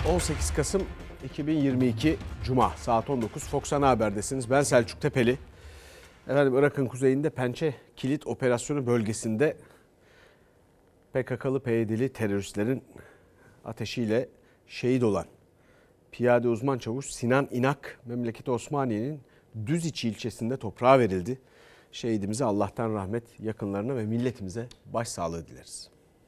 18 Kasım 2022 Cuma saat 19 Fox Ana Haber'desiniz. Ben Selçuk Tepeli. Efendim Irak'ın kuzeyinde Pençe Kilit Operasyonu bölgesinde PKK'lı PYD'li teröristlerin ateşiyle şehit olan piyade uzman çavuş Sinan İnak memleketi Osmaniye'nin Düziçi ilçesinde toprağa verildi. Şehidimize Allah'tan rahmet, yakınlarına ve milletimize başsağlığı dileriz.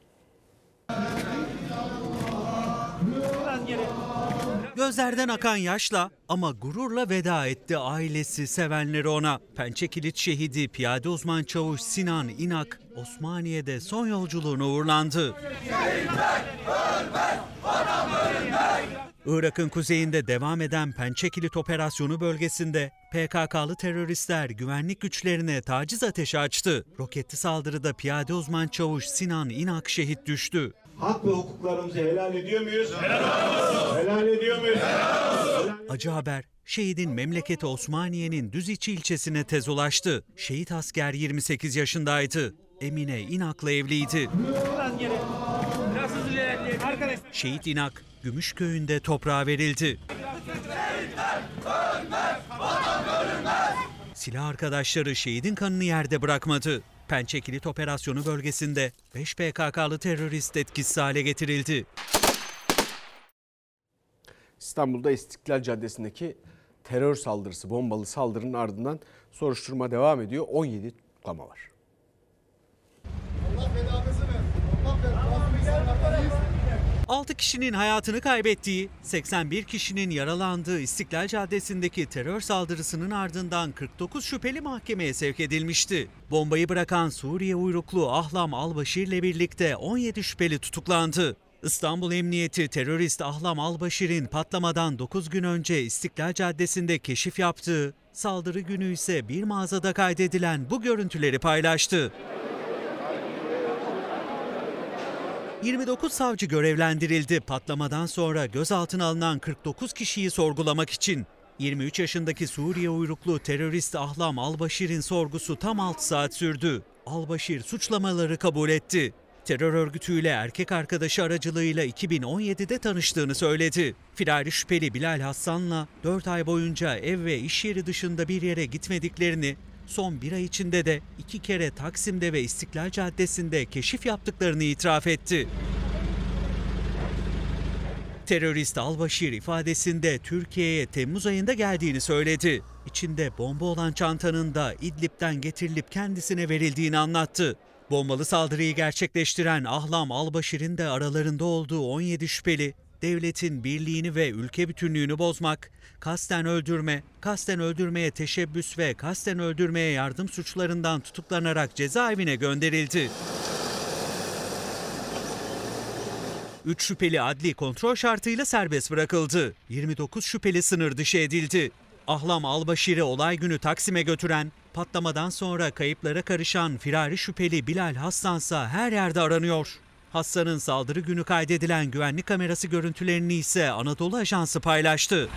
Gözlerden akan yaşla ama gururla veda etti ailesi, sevenleri ona. Pençe Kilit şehidi piyade uzman çavuş Sinan İnak Osmaniye'de son yolculuğuna uğurlandı. Irak'ın kuzeyinde devam eden Pençe Kilit operasyonu bölgesinde PKK'lı teröristler güvenlik güçlerine taciz ateşi açtı. Roketli saldırıda piyade uzman çavuş Sinan İnak şehit düştü. Hak ve hukuklarımızı helal ediyor muyuz? Helal ediyor muyuz? Acı haber, şehidin memleketi Osmaniye'nin Düziçi ilçesine tez ulaştı. Şehit asker 28 yaşındaydı. Emine İnak'la evliydi. Şehit İnak, Gümüşköy'ünde toprağa verildi. Silah arkadaşları şehidin kanını yerde bırakmadı. Pençe Kilit operasyonu bölgesinde 5 PKK'lı terörist etkisiz hale getirildi. İstanbul'da İstiklal Caddesi'ndeki terör saldırısı, bombalı saldırının ardından soruşturma devam ediyor. 17 tutuklama var. Allah belanızı versin. Allah belanızı 6 kişinin hayatını kaybettiği, 81 kişinin yaralandığı İstiklal Caddesi'ndeki terör saldırısının ardından 49 şüpheli mahkemeye sevk edilmişti. Bombayı bırakan Suriye uyruklu Ahlam Albaşir ile birlikte 17 şüpheli tutuklandı. İstanbul Emniyeti terörist Ahlam Albaşir'in patlamadan 9 gün önce İstiklal Caddesi'nde keşif yaptığı, saldırı günü ise bir mağazada kaydedilen bu görüntüleri paylaştı. 29 savcı görevlendirildi. Patlamadan sonra gözaltına alınan 49 kişiyi sorgulamak için. 23 yaşındaki Suriye uyruklu terörist Ahlam Albaşir'in sorgusu tam 6 saat sürdü. Albaşir suçlamaları kabul etti. Terör örgütüyle erkek arkadaşı aracılığıyla 2017'de tanıştığını söyledi. Firari şüpheli Bilal Hassan'la 4 ay boyunca ev ve iş yeri dışında bir yere gitmediklerini, son bir ay içinde de 2 kere Taksim'de ve İstiklal Caddesi'nde keşif yaptıklarını itiraf etti. Terörist Albaşir ifadesinde Türkiye'ye Temmuz ayında geldiğini söyledi. İçinde bomba olan çantanın da İdlib'den getirilip kendisine verildiğini anlattı. Bombalı saldırıyı gerçekleştiren Ahlam Albaşir'in de aralarında olduğu 17 şüpheli, devletin birliğini ve ülke bütünlüğünü bozmak, kasten öldürme, kasten öldürmeye teşebbüs ve kasten öldürmeye yardım suçlarından tutuklanarak cezaevine gönderildi. 3 şüpheli adli kontrol şartıyla serbest bırakıldı. 29 şüpheli sınır dışı edildi. Ahlam Albaşir'i olay günü Taksim'e götüren, patlamadan sonra kayıplara karışan firari şüpheli Bilal Hassan'sa her yerde aranıyor. Hassan'ın saldırı günü kaydedilen güvenlik kamerası görüntülerini ise Anadolu Ajansı paylaştı.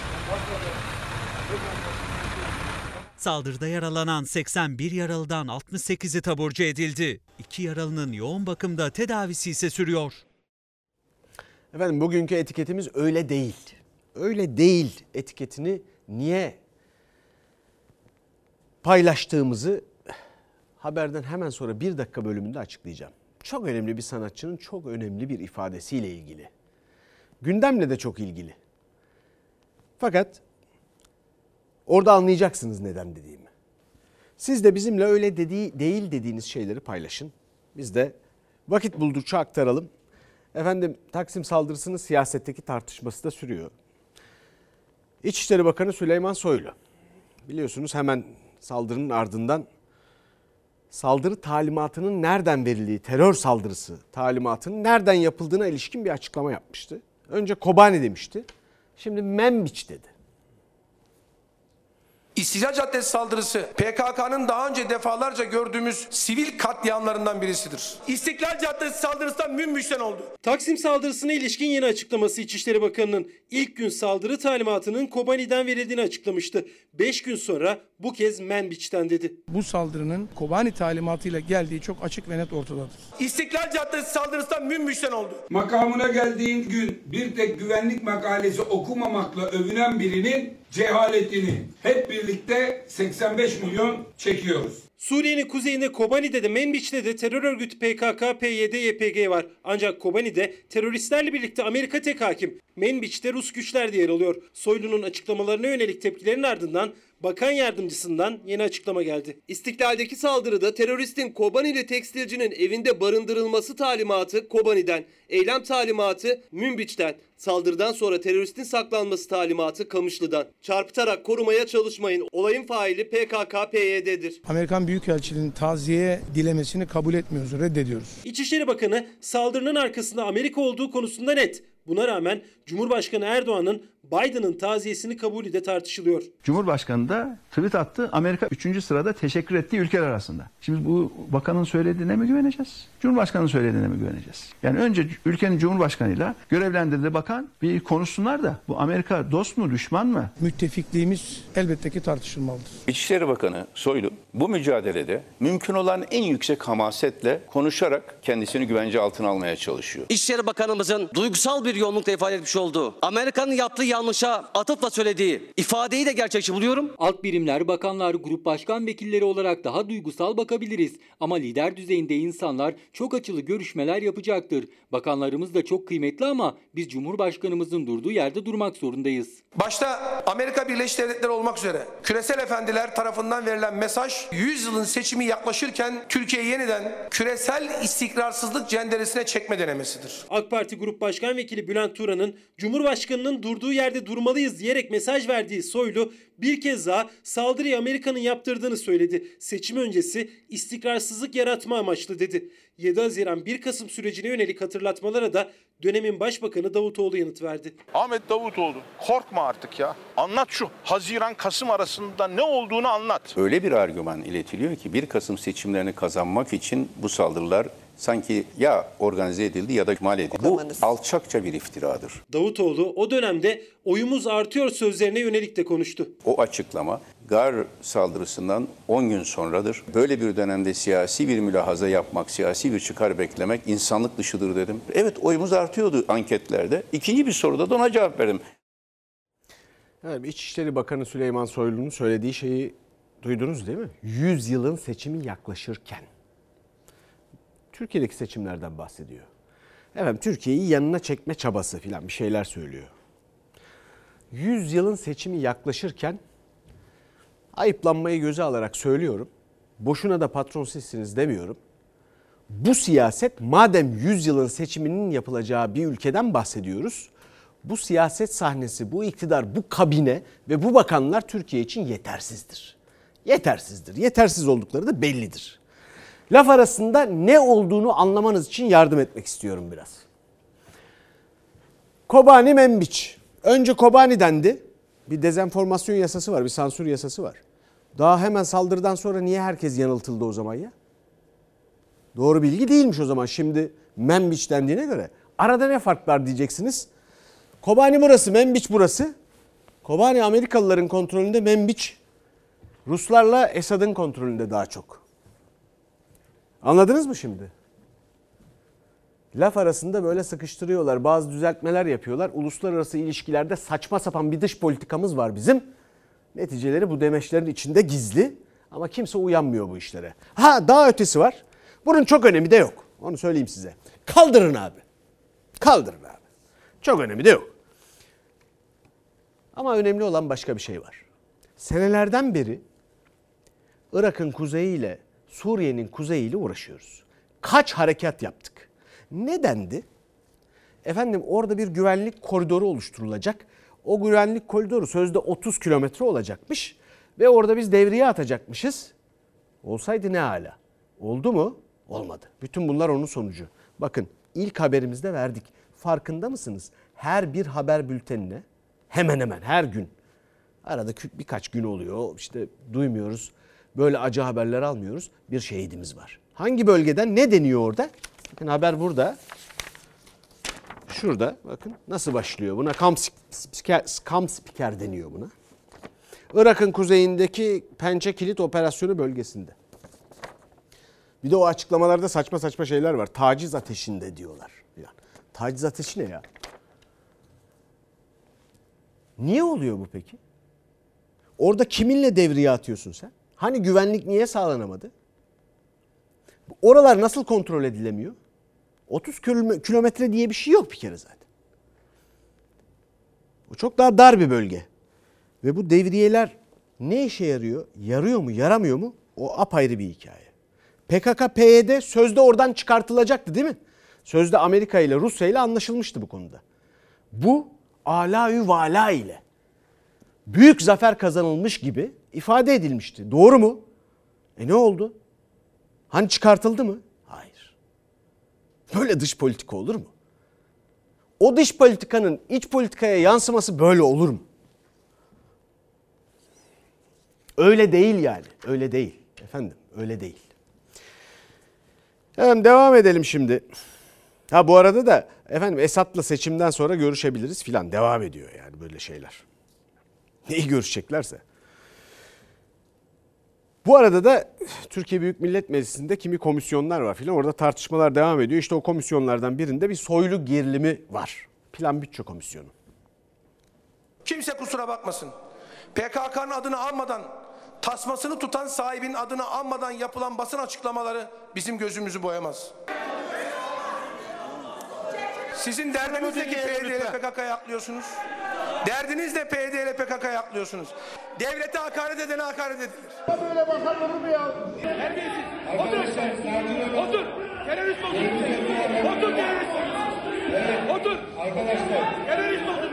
Saldırıda yaralanan 81 yaralıdan 68'i taburcu edildi. 2 yaralının yoğun bakımda tedavisi ise sürüyor. Efendim bugünkü etiketimiz öyle değil. Öyle değil etiketini niye paylaştığımızı haberden hemen sonra 1 dakika bölümünde açıklayacağım. Çok önemli bir sanatçının çok önemli bir ifadesiyle ilgili. Gündemle de çok ilgili. Fakat orada anlayacaksınız neden dediğimi. Siz de bizimle öyle değil dediğiniz şeyleri paylaşın. Biz de vakit buldukça aktaralım. Efendim Taksim saldırısının siyasetteki tartışması da sürüyor. İçişleri Bakanı Süleyman Soylu biliyorsunuz hemen saldırının ardından saldırı talimatının nereden verildiği, terör saldırısı talimatının nereden yapıldığına ilişkin bir açıklama yapmıştı. Önce Kobani demişti, şimdi Menbiç dedi. İstiklal Caddesi saldırısı PKK'nın daha önce defalarca gördüğümüz sivil katliamlarından birisidir. İstiklal Caddesi saldırısından Münbiş'ten oldu. Taksim saldırısına ilişkin yeni açıklaması İçişleri Bakanı'nın ilk gün saldırı talimatının Kobani'den verildiğini açıklamıştı. 5 gün sonra bu kez Menbiç'ten dedi. Bu saldırının Kobani talimatıyla geldiği çok açık ve net ortadadır. İstiklal Caddesi saldırısından Münbiş'ten oldu. Makamına geldiğin gün bir tek güvenlik makalesi okumamakla övünen birinin cehaletini hep birlikte 85 milyon çekiyoruz. Suriye'nin kuzeyinde Kobani'de de Menbiç'te de terör örgütü PKK, PYD, YPG var. Ancak Kobani'de teröristlerle birlikte Amerika tek hakim. Menbiç'te Rus güçler de yer alıyor. Soylu'nun açıklamalarına yönelik tepkilerin ardından bakan yardımcısından yeni açıklama geldi. İstiklal'deki saldırıda teröristin Kobanili tekstilcinin evinde barındırılması talimatı Kobani'den, eylem talimatı Münbiç'ten, saldırıdan sonra teröristin saklanması talimatı Kamışlı'dan. Çarpıtarak korumaya çalışmayın. Olayın faili PKK, PYD'dir. Amerikan Büyükelçiliğinin taziye dilemesini kabul etmiyoruz, reddediyoruz. İçişleri Bakanı saldırının arkasında Amerika olduğu konusunda net. Buna rağmen Cumhurbaşkanı Erdoğan'ın Biden'ın taziyesini kabulü de tartışılıyor. Cumhurbaşkanı da tweet attı. Amerika 3. sırada teşekkür ettiği ülkeler arasında. Şimdi bu bakanın söylediğine mi güveneceğiz? Cumhurbaşkanının söylediğine mi güveneceğiz? Yani önce ülkenin Cumhurbaşkanıyla görevlendirdiği bakan bir konuşsunlar da bu Amerika dost mu düşman mı? Müttefikliğimiz elbette ki tartışılmalıdır. İçişleri Bakanı Soylu bu mücadelede mümkün olan en yüksek hamasetle konuşarak kendisini güvence altına almaya çalışıyor. İçişleri Bakanımızın duygusal bir yoğunlukla ifade etmiş olduğu, Amerika'nın yaptığı yanlışa atıfla söylediği ifadeyi de gerçekçi buluyorum. Alt birimler, bakanlar, grup başkan vekilleri olarak daha duygusal bakabiliriz. Ama lider düzeyinde insanlar çok açılı görüşmeler yapacaktır. Bakanlarımız da çok kıymetli ama biz Cumhurbaşkanımızın durduğu yerde durmak zorundayız. Başta Amerika Birleşik Devletleri olmak üzere küresel efendiler tarafından verilen mesaj 100 yılın seçimi yaklaşırken Türkiye'yi yeniden küresel istikrarsızlık cenderesine çekme denemesidir. AK Parti Grup Başkan Vekili Bülent Turan'ın Cumhurbaşkanı'nın durduğu yerde durmalıyız diyerek mesaj verdiği Soylu bir kez daha saldırıyı Amerika'nın yaptırdığını söyledi. Seçim öncesi istikrarsızlık yaratma amaçlı dedi. 7 Haziran 1 Kasım sürecine yönelik hatırlatmalara da dönemin Başbakanı Davutoğlu yanıt verdi. Ahmet Davutoğlu korkma artık ya. Anlat şu Haziran-Kasım arasında ne olduğunu anlat. Öyle bir argüman iletiliyor ki 1 Kasım seçimlerini kazanmak için bu saldırılar sanki ya organize edildi ya da ihmal edildi. Bu alçakça bir iftiradır. Davutoğlu o dönemde oyumuz artıyor sözlerine yönelik de konuştu. O açıklama Gar saldırısından 10 gün sonradır. Böyle bir dönemde siyasi bir mülahaza yapmak, siyasi bir çıkar beklemek insanlık dışıdır dedim. Evet, oyumuz artıyordu anketlerde. İkinci bir soruda da ona cevap verdim. Evet, İçişleri Bakanı Süleyman Soylu'nun söylediği şeyi duydunuz değil mi? 100 yılın seçimi yaklaşırken. Türkiye'deki seçimlerden bahsediyor. Efendim Türkiye'yi yanına çekme çabası filan bir şeyler söylüyor. 100 yılın seçimi yaklaşırken ayıplanmayı göze alarak söylüyorum. Boşuna da patron sizsiniz demiyorum. Bu siyaset madem 100 yılın seçiminin yapılacağı bir ülkeden bahsediyoruz. Bu siyaset sahnesi, bu iktidar, bu kabine ve bu bakanlar Türkiye için yetersizdir. Yetersizdir. Yetersiz oldukları da bellidir. Laf arasında ne olduğunu anlamanız için yardım etmek istiyorum biraz. Kobani Menbiç. Önce Kobani dendi. Bir dezenformasyon yasası var, bir sansür yasası var. Daha hemen saldırıdan sonra niye herkes yanıltıldı o zaman ya? Doğru bilgi değilmiş o zaman. Şimdi Menbiç dendiğine göre. Arada ne fark var diyeceksiniz. Kobani burası, Menbiç burası. Kobani Amerikalıların kontrolünde, Menbiç Ruslarla Esad'ın kontrolünde daha çok. Anladınız mı şimdi? Laf arasında böyle sıkıştırıyorlar, bazı düzeltmeler yapıyorlar. Uluslararası ilişkilerde saçma sapan bir dış politikamız var bizim. Neticeleri bu demeçlerin içinde gizli ama kimse uyanmıyor bu işlere. Ha, daha ötesi var. Bunun çok önemi de yok. Onu söyleyeyim size. Kaldırın abi. Kaldırın abi. Çok önemi de yok. Ama önemli olan başka bir şey var. Senelerden beri Irak'ın kuzeyiyle Suriye'nin kuzeyiyle uğraşıyoruz. Kaç harekat yaptık? Ne dendi? Efendim orada bir güvenlik koridoru oluşturulacak. O güvenlik koridoru sözde 30 kilometre olacakmış. Ve orada biz devriye atacakmışız. Olsaydı ne hala? Oldu mu? Olmadı. Bütün bunlar onun sonucu. Bakın ilk haberimizde verdik. Farkında mısınız? Her bir haber bültenine hemen hemen her gün Arada birkaç gün oluyor. İşte duymuyoruz. Böyle acı haberler almıyoruz. Bir şehidimiz var. Hangi bölgeden, ne deniyor orada? Bakın haber burada. Şurada bakın nasıl başlıyor. Buna Kamp Spiker deniyor buna. Irak'ın kuzeyindeki Pençe Kilit Operasyonu bölgesinde. Bir de o açıklamalarda saçma saçma şeyler var. Taciz ateşinde diyorlar. Yani, taciz ateşi ne ya? Niye oluyor bu peki? Orada kiminle devriye atıyorsun sen? Hani güvenlik niye sağlanamadı? Oralar nasıl kontrol edilemiyor? 30 kilometre diye bir şey yok bir kere zaten. O çok daha dar bir bölge. Ve bu devriyeler ne işe yarıyor? Yarıyor mu, yaramıyor mu? O apayrı bir hikaye. PKK-PYD sözde oradan çıkartılacaktı değil mi? Sözde Amerika ile Rusya ile anlaşılmıştı bu konuda. Bu alâ-ü vâlâ ile büyük zafer kazanılmış gibi ifade edilmişti. Doğru mu? Ne oldu? Hani çıkartıldı mı? Hayır. Böyle dış politika olur mu? O dış politikanın iç politikaya yansıması böyle olur mu? Öyle değil yani. Öyle değil. Efendim öyle değil. Efendim devam edelim şimdi. Ha bu arada da efendim Esad'la seçimden sonra görüşebiliriz filan. Devam ediyor yani böyle şeyler. Neyi görüşeceklerse. Bu arada da Türkiye Büyük Millet Meclisi'nde kimi komisyonlar var filan. Orada tartışmalar devam ediyor. İşte o komisyonlardan birinde bir soylu gerilimi var. Plan Bütçe Komisyonu. Kimse kusura bakmasın. PKK'nın adını anmadan, tasmasını tutan sahibinin adını anmadan yapılan basın açıklamaları bizim gözümüzü boyamaz. Sizin derdiniz de ki PYD ile PKK'ya atlıyorsunuz. Derdiniz de PYD ile PKK'ya atlıyorsunuz. Devlete hakaret edene hakaret edilir. Böyle bakan olur mu ya? Terbiyesiz. Otur. Terörist otur. Otur terörist. Otur. Arkadaşlar. Terörist otur.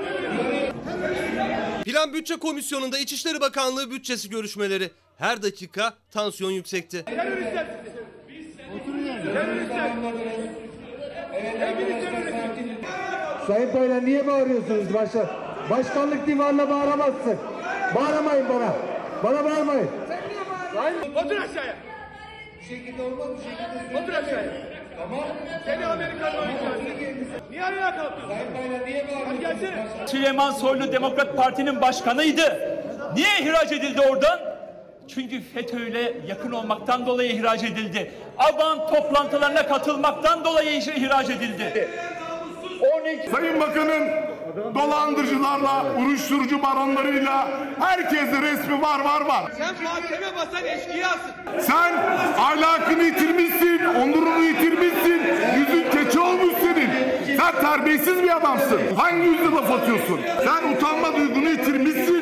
Plan Bütçe Komisyonu'nda İçişleri Bakanlığı bütçesi görüşmeleri. Her dakika tansiyon yüksekti. Teröristler. Oturun yani. Teröristler. Hepiniz teröristler. Sayın Bayram niye bağırıyorsunuz Başkanlık divanına bağıramazsın. Bağırmayın bana. Bana bağırmayın. Otur aşağıya. Bu şekilde olmaz. Bu şekilde. Otur aşağıya. Tamam. Seni Amerikan'la oynayacağız. Niye ayağa kalktın? Sayın Bayram niye bağırıyorsunuz? Gelsene. Süleyman Soylu Demokrat Parti'nin başkanıydı. Niye ihraç edildi oradan? Çünkü FETÖ'yle yakın olmaktan dolayı ihraç edildi. Afgan toplantılarına katılmaktan dolayı ihraç edildi. Sayın Bakan'ın dolandırıcılarla, uyuşturucu baronlarıyla herkeste resmi var. Sen mahkeme basan eşkıyasın. Sen ahlakını yitirmişsin, onurunu yitirmişsin, yüzün keçi olmuş senin. Sen terbiyesiz bir adamsın. Hangi yüzle laf atıyorsun? Sen utanma duygunu yitirmişsin.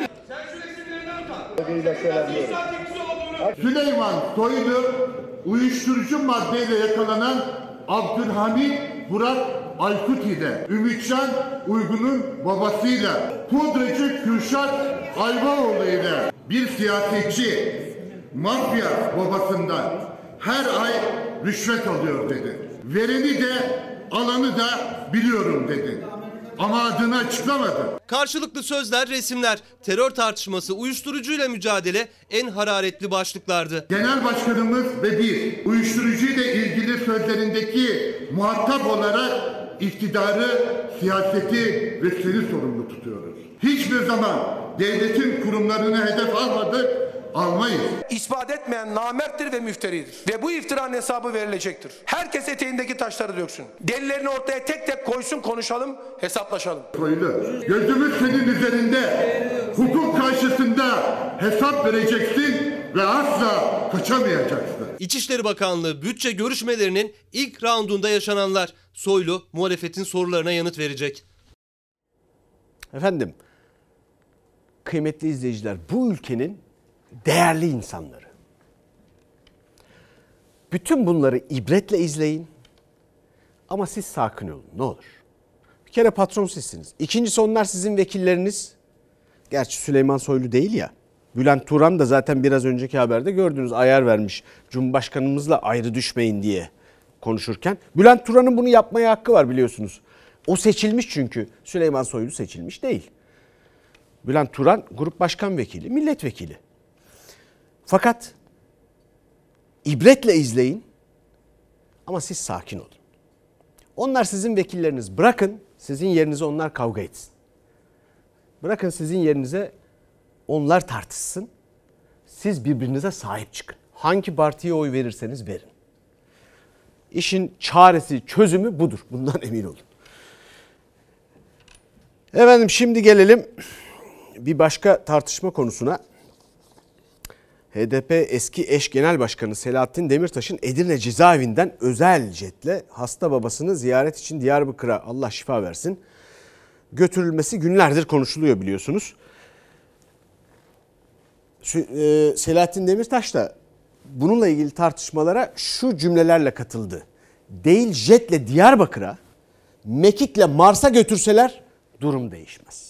Süleyman Soylu uyuşturucu maddeyle yakalanan Abdülhamit Burak Aykut ile Ümitcan Uygun'un babasıyla pudracı Kürşat Ayvaoğlu ile bir siyasetçi mafya babasından her ay rüşvet alıyor dedi. Vereni de alanı da biliyorum dedi. Ama adını açıklamadı. Karşılıklı sözler, resimler, terör tartışması, uyuşturucuyla mücadele en hararetli başlıklardı. Genel Başkanımız ve biz uyuşturucuyla ilgili sözlerindeki muhatap olarak iktidarı, siyaseti ve seni sorumlu tutuyoruz. Hiçbir zaman devletin kurumlarını hedef almadık, almayız. İspat etmeyen namerttir ve müfteridir. Ve bu iftiranın hesabı verilecektir. Herkes eteğindeki taşları döksün. Delillerini ortaya tek tek koysun, konuşalım, hesaplaşalım. Soylu, gözümüz senin üzerinde. Hukuk karşısında hesap vereceksin ve asla kaçamayacaksın. İçişleri Bakanlığı bütçe görüşmelerinin ilk raundunda yaşananlar. Soylu muhalefetin sorularına yanıt verecek. Efendim, kıymetli izleyiciler, bu ülkenin değerli insanları. Bütün bunları ibretle izleyin ama siz sakin olun ne olur. Bir kere patron sizsiniz. İkincisi onlar sizin vekilleriniz. Gerçi Süleyman Soylu değil ya. Bülent Turan da zaten biraz önceki haberde gördünüz ayar vermiş. Cumhurbaşkanımızla ayrı düşmeyin diye konuşurken. Bülent Turan'ın bunu yapmaya hakkı var biliyorsunuz. O seçilmiş çünkü. Süleyman Soylu seçilmiş değil. Bülent Turan grup başkan vekili, milletvekili. Fakat ibretle izleyin ama siz sakin olun. Onlar sizin vekilleriniz. Bırakın sizin yerinize onlar kavga etsin. Bırakın sizin yerinize onlar tartışsın. Siz birbirinize sahip çıkın. Hangi partiye oy verirseniz verin. İşin çaresi, çözümü budur. Bundan emin olun. Efendim şimdi gelelim bir başka tartışma konusuna. HDP eski eş genel başkanı Selahattin Demirtaş'ın Edirne cezaevinden özel jetle hasta babasını ziyaret için Diyarbakır'a, Allah şifa versin, götürülmesi günlerdir konuşuluyor biliyorsunuz. Selahattin Demirtaş da bununla ilgili tartışmalara şu cümlelerle katıldı. Değil jetle Diyarbakır'a, mekikle Mars'a götürseler durum değişmez.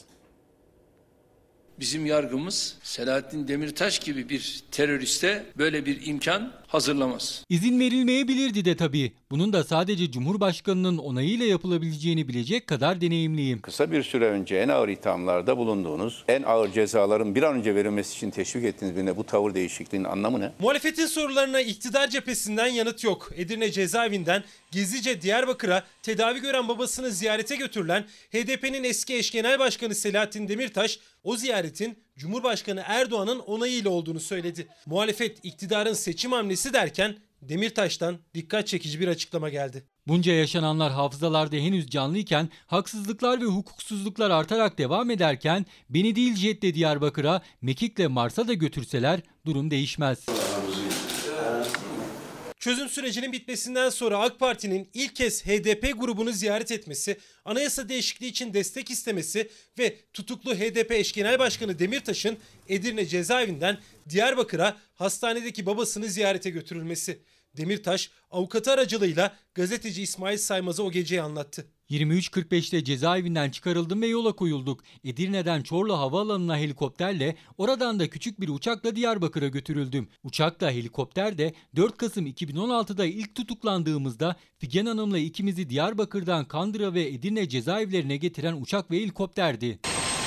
Bizim yargımız Selahattin Demirtaş gibi bir teröriste böyle bir imkan hazırlamaz. İzin verilmeyebilirdi de tabii. Bunun da sadece Cumhurbaşkanı'nın onayıyla yapılabileceğini bilecek kadar deneyimliyim. Kısa bir süre önce en ağır ithamlarda bulunduğunuz, en ağır cezaların bir an önce verilmesi için teşvik ettiğiniz birine bu tavır değişikliğinin anlamı ne? Muhalefetin sorularına iktidar cephesinden yanıt yok. Edirne cezaevinden gizlice Diyarbakır'a tedavi gören babasını ziyarete götürülen HDP'nin eski eş genel başkanı Selahattin Demirtaş, o ziyaretin Cumhurbaşkanı Erdoğan'ın onayıyla olduğunu söyledi. Muhalefet iktidarın seçim hamlesi derken Demirtaş'tan dikkat çekici bir açıklama geldi. Bunca yaşananlar hafızalarda henüz canlıyken, haksızlıklar ve hukuksuzluklar artarak devam ederken beni değil jetle Diyarbakır'a, mekikle Mars'a da götürseler durum değişmez. Çözüm sürecinin bitmesinden sonra AK Parti'nin ilk kez HDP grubunu ziyaret etmesi, anayasa değişikliği için destek istemesi ve tutuklu HDP eş genel başkanı Demirtaş'ın Edirne cezaevinden Diyarbakır'a hastanedeki babasını ziyarete götürülmesi. Demirtaş avukatı aracılığıyla gazeteci İsmail Saymaz'a o geceyi anlattı. 23.45'te cezaevinden çıkarıldım ve yola koyulduk. Edirne'den Çorlu Havaalanı'na helikopterle, oradan da küçük bir uçakla Diyarbakır'a götürüldüm. Uçakla, helikopter de 4 Kasım 2016'da ilk tutuklandığımızda Figen Hanım'la ikimizi Diyarbakır'dan Kandıra ve Edirne cezaevlerine getiren uçak ve helikopterdi.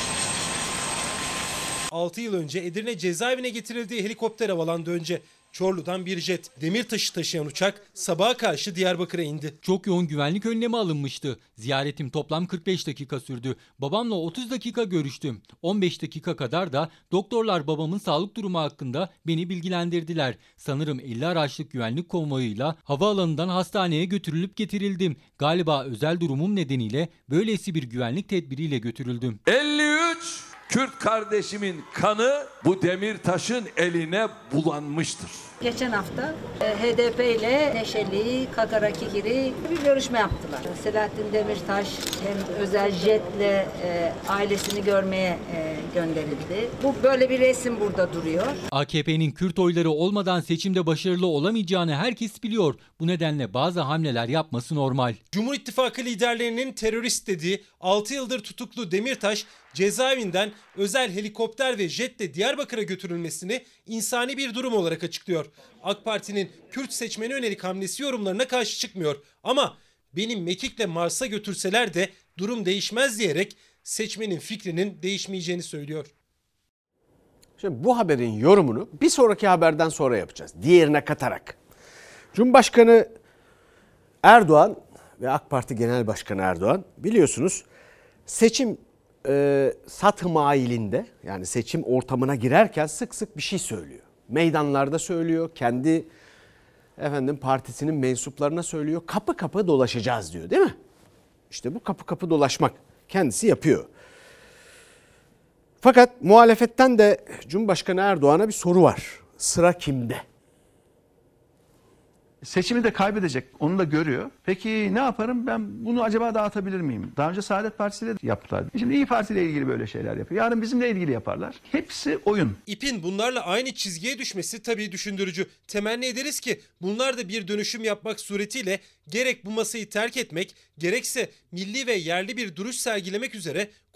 6 yıl önce Edirne cezaevine getirildiği helikopter havalandı önce. Çorlu'dan bir jet, Demirtaş'ı taşıyan uçak sabaha karşı Diyarbakır'a indi. Çok yoğun güvenlik önlemi alınmıştı. Ziyaretim toplam 45 dakika sürdü. Babamla 30 dakika görüştüm. 15 dakika kadar da doktorlar babamın sağlık durumu hakkında beni bilgilendirdiler. Sanırım 50 araçlık güvenlik konvoyuyla havaalanından hastaneye götürülüp getirildim. Galiba özel durumum nedeniyle böylesi bir güvenlik tedbiriyle götürüldüm. 53 Kürt kardeşimin kanı bu Demirtaş'ın eline bulanmıştır. Geçen hafta HDP ile Neşeli, Kakara Kikiri bir görüşme yaptılar. Selahattin Demirtaş hem özel jetle ailesini görmeye gönderildi. Bu böyle bir resim burada duruyor. AKP'nin Kürt oyları olmadan seçimde başarılı olamayacağını herkes biliyor. Bu nedenle bazı hamleler yapması normal. Cumhur İttifakı liderlerinin terörist dediği 6 yıldır tutuklu Demirtaş cezaevinden özel helikopter ve jetle Diyarbakır'a götürülmesini insani bir durum olarak açıklıyor. AK Parti'nin Kürt seçmene yönelik hamlesi yorumlarına karşı çıkmıyor. Ama benim mekikle Mars'a götürseler de durum değişmez diyerek seçmenin fikrinin değişmeyeceğini söylüyor. Şimdi bu haberin yorumunu bir sonraki haberden sonra yapacağız. Diğerine katarak. Cumhurbaşkanı Erdoğan ve AK Parti Genel Başkanı Erdoğan biliyorsunuz seçim satı mailinde, yani seçim ortamına girerken sık sık bir şey söylüyor. Meydanlarda söylüyor, kendi partisinin mensuplarına söylüyor. Kapı kapı dolaşacağız diyor, değil mi? İşte bu kapı kapı dolaşmak kendisi yapıyor. Fakat muhalefetten de Cumhurbaşkanı Erdoğan'a bir soru var. Sıra kimde? Seçimi de kaybedecek, onu da görüyor. Peki ne yaparım? Ben bunu acaba dağıtabilir miyim? Daha önce Saadet Partisi de yaptılar. Şimdi İYİ Parti ile ilgili böyle şeyler yapıyor. Yarın bizimle ilgili yaparlar. Hepsi oyun. İP'in bunlarla aynı çizgiye düşmesi tabii düşündürücü. Temenni ederiz ki bunlar da bir dönüşüm yapmak suretiyle gerek bu masayı terk etmek, gerekse milli ve yerli bir duruş sergilemek üzere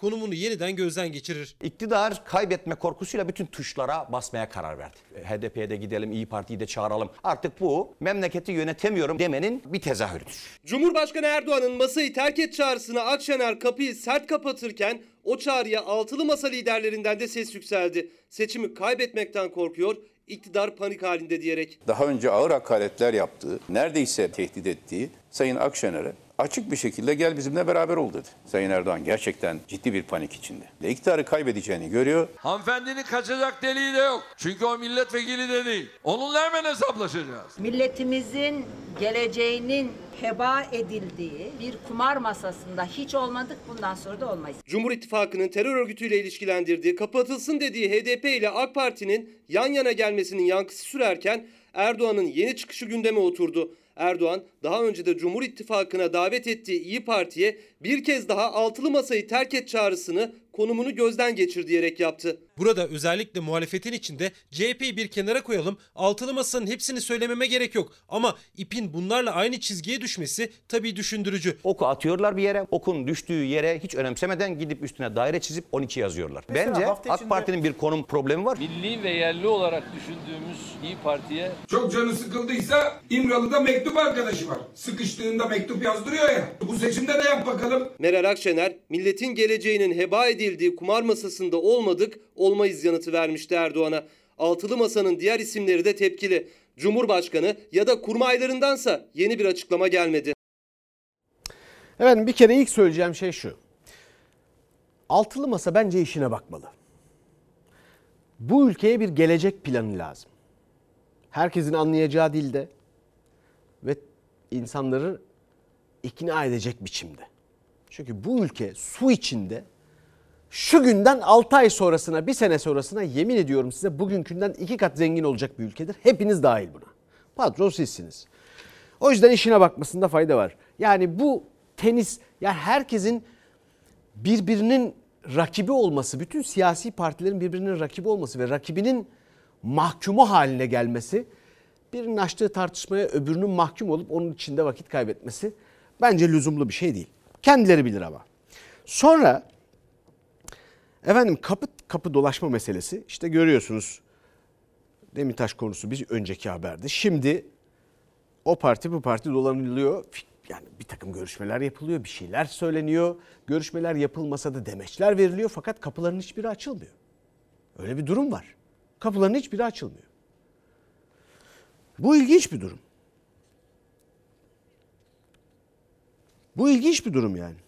konumunu yeniden gözden geçirir. İktidar kaybetme korkusuyla bütün tuşlara basmaya karar verdi. HDP'ye de gidelim, İyi Parti'yi de çağıralım. Artık bu memleketi yönetemiyorum demenin bir tezahürüdür. Cumhurbaşkanı Erdoğan'ın masayı terk et çağrısına Akşener kapıyı sert kapatırken o çağrıya altılı masa liderlerinden de ses yükseldi. Seçimi kaybetmekten korkuyor, iktidar panik halinde diyerek. Daha önce ağır hakaretler yaptığı, neredeyse tehdit ettiği Sayın Akşener'e açık bir şekilde gel bizimle beraber ol dedi. Sayın Erdoğan gerçekten ciddi bir panik içinde. İktidarı kaybedeceğini görüyor. Hanımefendinin kaçacak deliği de yok. Çünkü o milletvekili de değil. Onunla hemen hesaplaşacağız. Milletimizin geleceğinin heba edildiği bir kumar masasında hiç olmadık, bundan sonra da olmayız. Cumhur İttifakı'nın terör örgütüyle ilişkilendirdiği, kapatılsın dediği HDP ile AK Parti'nin yan yana gelmesinin yankısı sürerken Erdoğan'ın yeni çıkışı gündeme oturdu. Erdoğan daha önce de Cumhur İttifakı'na davet ettiği İyi Parti'ye bir kez daha altılı masayı terk et çağrısını konumunu gözden geçir diyerek yaptı. Burada özellikle muhalefetin içinde CHP'yi bir kenara koyalım, altılı masanın hepsini söylememe gerek yok. Ama ipin bunlarla aynı çizgiye düşmesi tabii düşündürücü. Oku atıyorlar bir yere, okun düştüğü yere hiç önemsemeden gidip üstüne daire çizip 12 yazıyorlar. Bence AK Parti'nin bir konum problemi var. Milli ve yerli olarak düşündüğümüz İyi Parti'ye... Çok canı sıkıldıysa İmralı'da mektup arkadaşı var. Sıkıştığında mektup yazdırıyor ya. Bu seçimde ne yap bakalım? Meral Akşener, milletin geleceğinin heba edildiği kumar masasında olmadık, olmayız yanıtı vermişti Erdoğan'a. Altılı masanın diğer isimleri de tepkili. Cumhurbaşkanı ya da kurmaylarındansa yeni bir açıklama gelmedi. Efendim bir kere ilk söyleyeceğim şey şu. Altılı masa bence işine bakmalı. Bu ülkeye bir gelecek planı lazım. Herkesin anlayacağı dilde ve insanları ikna edecek biçimde. Çünkü bu ülke su içinde. Şu günden 6 ay sonrasına, bir sene sonrasına yemin ediyorum size bugünkünden 2 kat zengin olacak bir ülkedir. Hepiniz dahil buna. Patron sizsiniz. O yüzden işine bakmasında fayda var. Yani bu tenis, yani herkesin birbirinin rakibi olması, bütün siyasi partilerin birbirinin rakibi olması ve rakibinin mahkumu haline gelmesi, birinin açtığı tartışmaya öbürünün mahkum olup onun içinde vakit kaybetmesi bence lüzumlu bir şey değil. Kendileri bilir ama. Sonra efendim kapı dolaşma meselesi, işte görüyorsunuz Demirtaş konusu bir önceki haberdi. Şimdi o parti bu parti dolanılıyor. Yani bir takım görüşmeler yapılıyor, bir şeyler söyleniyor. Görüşmeler yapılmasa da demeçler veriliyor fakat kapıların hiçbiri açılmıyor. Öyle bir durum var. Kapıların hiçbiri açılmıyor. Bu ilginç bir durum. Bu ilginç bir durum yani.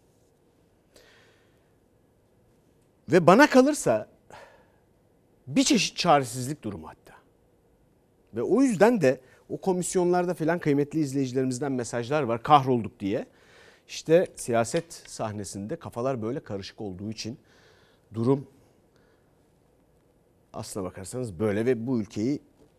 Ve bana kalırsa bir çeşit çaresizlik durumu hatta. Ve o yüzden de o komisyonlarda falan kıymetli izleyicilerimizden mesajlar var kahrolduk diye. İşte siyaset sahnesinde kafalar böyle karışık olduğu için durum aslına bakarsanız böyle ve bu ülkeyi...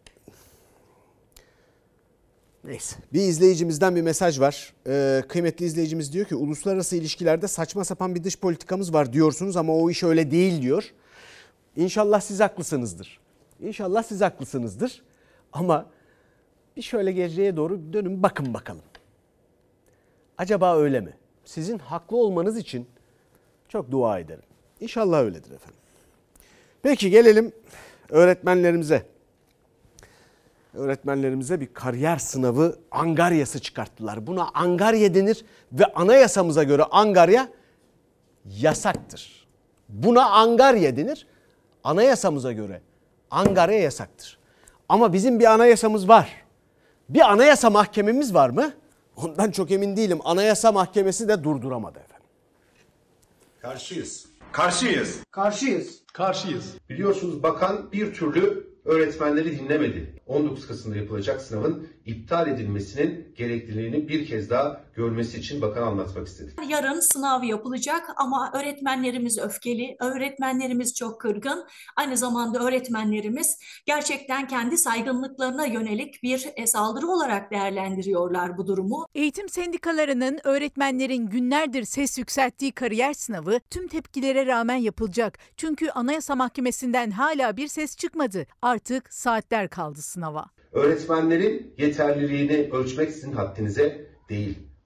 Neyse, bir izleyicimizden bir mesaj var. Kıymetli izleyicimiz diyor ki uluslararası ilişkilerde saçma sapan bir dış politikamız var diyorsunuz ama o iş öyle değil diyor. İnşallah siz haklısınızdır. İnşallah siz haklısınızdır ama bir şöyle geriye doğru dönün bakın bakalım. Acaba öyle mi? Sizin haklı olmanız için çok dua ederim. İnşallah öyledir efendim. Peki gelelim öğretmenlerimize. Öğretmenlerimize bir kariyer sınavı angaryası çıkarttılar. Buna angarya denir ve anayasamıza göre angarya yasaktır. Buna angarya denir. Anayasamıza göre angarya yasaktır. Ama bizim bir anayasamız var. Bir anayasa mahkememiz var mı? Ondan çok emin değilim. Anayasa Mahkemesi de durduramadı efendim. Karşıyız. Karşıyız. Karşıyız. Karşıyız. Biliyorsunuz bakan bir türlü öğretmenleri dinlemedi. 19 Kasım'da yapılacak sınavın iptal edilmesinin gerekliliğini bir kez daha görmesi için bakan anlatmak istedi. Yarın sınav yapılacak ama öğretmenlerimiz öfkeli, öğretmenlerimiz çok kırgın. Aynı zamanda öğretmenlerimiz gerçekten kendi saygınlıklarına yönelik bir saldırı olarak değerlendiriyorlar bu durumu. Eğitim sendikalarının öğretmenlerin günlerdir ses yükselttiği kariyer sınavı tüm tepkilere rağmen yapılacak. Çünkü Anayasa Mahkemesi'nden hala bir ses çıkmadı. Artık saatler kaldı sınava. Öğretmenlerin yeterliliğini ölçmek sizin haddinize değil.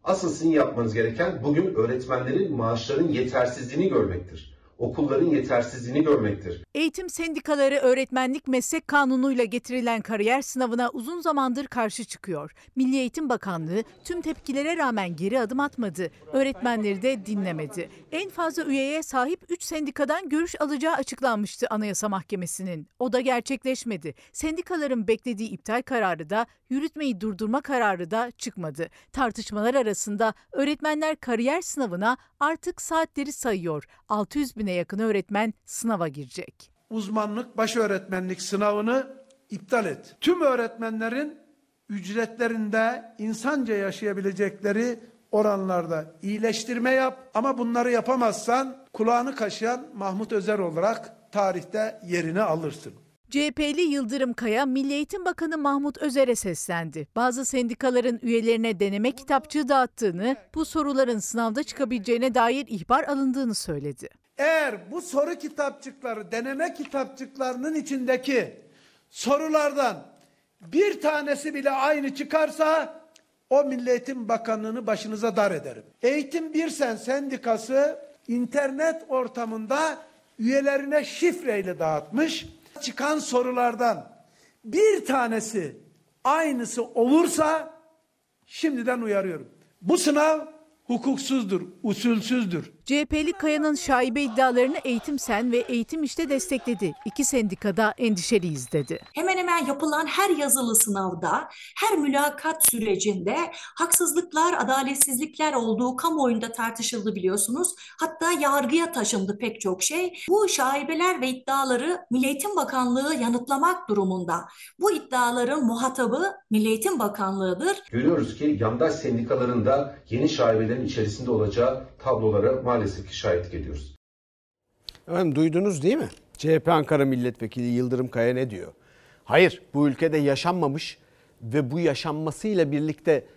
Asıl sizin yapmanız gereken bugün öğretmenlerin maaşlarının yetersizliğini görmektir. Okulların yetersizliğini görmektir. Eğitim sendikaları öğretmenlik meslek kanunuyla getirilen kariyer sınavına uzun zamandır karşı çıkıyor. Milli Eğitim Bakanlığı tüm tepkilere rağmen geri adım atmadı. Öğretmenleri de dinlemedi. En fazla üyeye sahip 3 sendikadan görüş alacağı açıklanmıştı Anayasa Mahkemesi'nin. O da gerçekleşmedi. Sendikaların beklediği iptal kararı da, yürütmeyi durdurma kararı da çıkmadı. Tartışmalar arasında öğretmenler kariyer sınavına artık saatleri sayıyor. 600 bine yakın öğretmen sınava girecek. Uzmanlık baş öğretmenlik sınavını iptal et. Tüm öğretmenlerin ücretlerinde insanca yaşayabilecekleri oranlarda iyileştirme yap. Ama bunları yapamazsan kulağını kaşıyan Mahmut Özer olarak tarihte yerini alırsın. CHP'li Yıldırım Kaya, Milli Eğitim Bakanı Mahmut Özer'e seslendi. Bazı sendikaların üyelerine deneme kitapçığı dağıttığını, bu soruların sınavda çıkabileceğine dair ihbar alındığını söyledi. Eğer bu soru kitapçıkları, deneme kitapçıklarının içindeki sorulardan bir tanesi bile aynı çıkarsa o Milli Eğitim Bakanlığı'nı başınıza dar ederim. Eğitim Birsen Sendikası internet ortamında üyelerine şifreyle dağıtmış. Çıkan sorulardan bir tanesi aynısı olursa şimdiden uyarıyorum. Bu sınav hukuksuzdur, usulsüzdür. CHP'li Kaya'nın şaibe iddialarını Eğitim Sen ve Eğitim İş'te destekledi. İki sendikada endişeliyiz dedi. Hemen hemen yapılan her yazılı sınavda, her mülakat sürecinde haksızlıklar, adaletsizlikler olduğu kamuoyunda tartışıldı biliyorsunuz. Hatta yargıya taşındı pek çok şey. Bu şaibeler ve iddiaları Milli Eğitim Bakanlığı yanıtlamak durumunda. Bu iddiaların muhatabı Milli Eğitim Bakanlığı'dır. Görüyoruz ki yandaş sendikaların da yeni şaibelerin içerisinde olacağı tablolara maalesef ki şahitlik ediyoruz. Efendim duydunuz değil mi? CHP Ankara Milletvekili Yıldırım Kaya ne diyor? Hayır, bu ülkede yaşanmamış ve bu yaşanmasıyla birlikte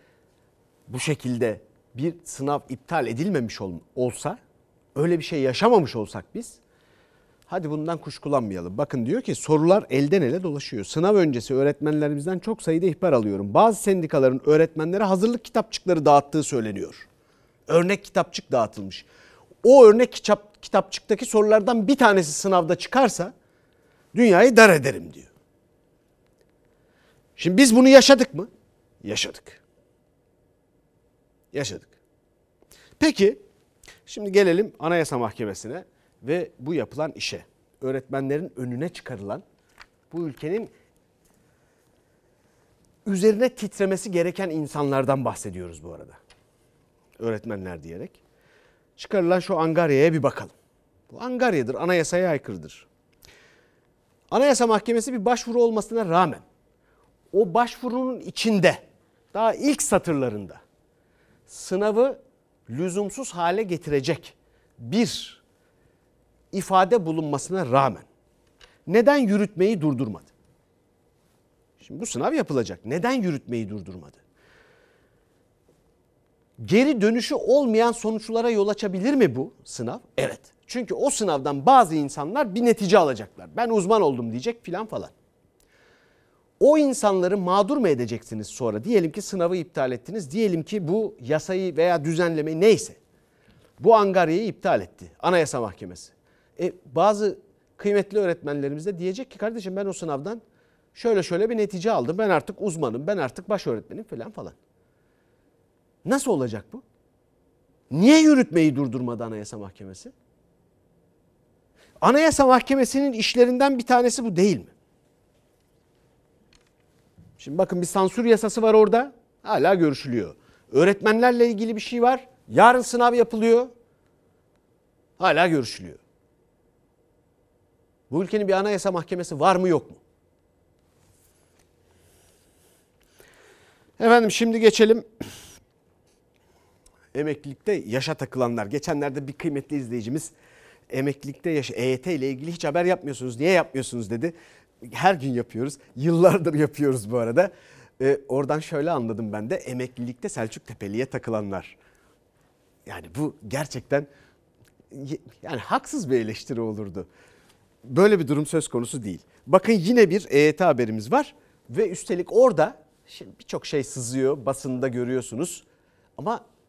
bu şekilde bir sınav iptal edilmemiş olsa, öyle bir şey yaşamamış olsak biz, hadi bundan kuşkulanmayalım. Bakın diyor ki sorular elden ele dolaşıyor. Sınav öncesi öğretmenlerimizden çok sayıda ihbar alıyorum. Bazı sendikaların öğretmenlere hazırlık kitapçıkları dağıttığı söyleniyor. Örnek kitapçık dağıtılmış. O örnek kitapçıktaki sorulardan bir tanesi sınavda çıkarsa dünyayı dar ederim diyor. Şimdi biz bunu yaşadık mı? Yaşadık. Yaşadık. Peki şimdi gelelim Anayasa Mahkemesi'ne ve bu yapılan işe. Öğretmenlerin önüne çıkarılan, bu ülkenin üzerine titremesi gereken insanlardan bahsediyoruz bu arada. Öğretmenler diyerek. Çıkarılan şu angaryaya bir bakalım. Bu angaryadır, anayasaya aykırıdır. Anayasa Mahkemesi bir başvuru olmasına rağmen o başvurunun içinde daha ilk satırlarında sınavı lüzumsuz hale getirecek bir ifade bulunmasına rağmen neden yürütmeyi durdurmadı? Şimdi bu sınav yapılacak. Neden yürütmeyi durdurmadı? Geri dönüşü olmayan sonuçlara yol açabilir mi bu sınav? Evet. Çünkü o sınavdan bazı insanlar bir netice alacaklar. Ben uzman oldum diyecek filan falan. O insanları mağdur mu edeceksiniz sonra? Diyelim ki sınavı iptal ettiniz. Diyelim ki bu yasayı veya düzenlemeyi neyse. Bu angaryayı iptal etti Anayasa Mahkemesi. Bazı kıymetli öğretmenlerimiz de diyecek ki kardeşim ben o sınavdan şöyle bir netice aldım. Ben artık uzmanım, ben artık baş öğretmenim falan. Nasıl olacak bu? Niye yürütmeyi durdurmadı Anayasa Mahkemesi? Anayasa Mahkemesi'nin işlerinden bir tanesi bu değil mi? Şimdi bakın bir sansür yasası var orada. Hala görüşülüyor. Öğretmenlerle ilgili bir şey var. Yarın sınav yapılıyor. Hala görüşülüyor. Bu ülkenin bir Anayasa Mahkemesi var mı yok mu? Efendim şimdi geçelim. Emeklilikte yaşa takılanlar. Geçenlerde bir kıymetli izleyicimiz emeklilikte yaşa EYT ile ilgili hiç haber yapmıyorsunuz. Niye yapmıyorsunuz dedi. Her gün yapıyoruz. Yıllardır yapıyoruz bu arada. Oradan şöyle anladım ben de emeklilikte Selçuktepe'liye takılanlar. Yani bu gerçekten yani haksız bir eleştiri olurdu. Böyle bir durum söz konusu değil. Bakın yine bir EYT haberimiz var ve üstelik orada şimdi birçok şey sızıyor basında görüyorsunuz ama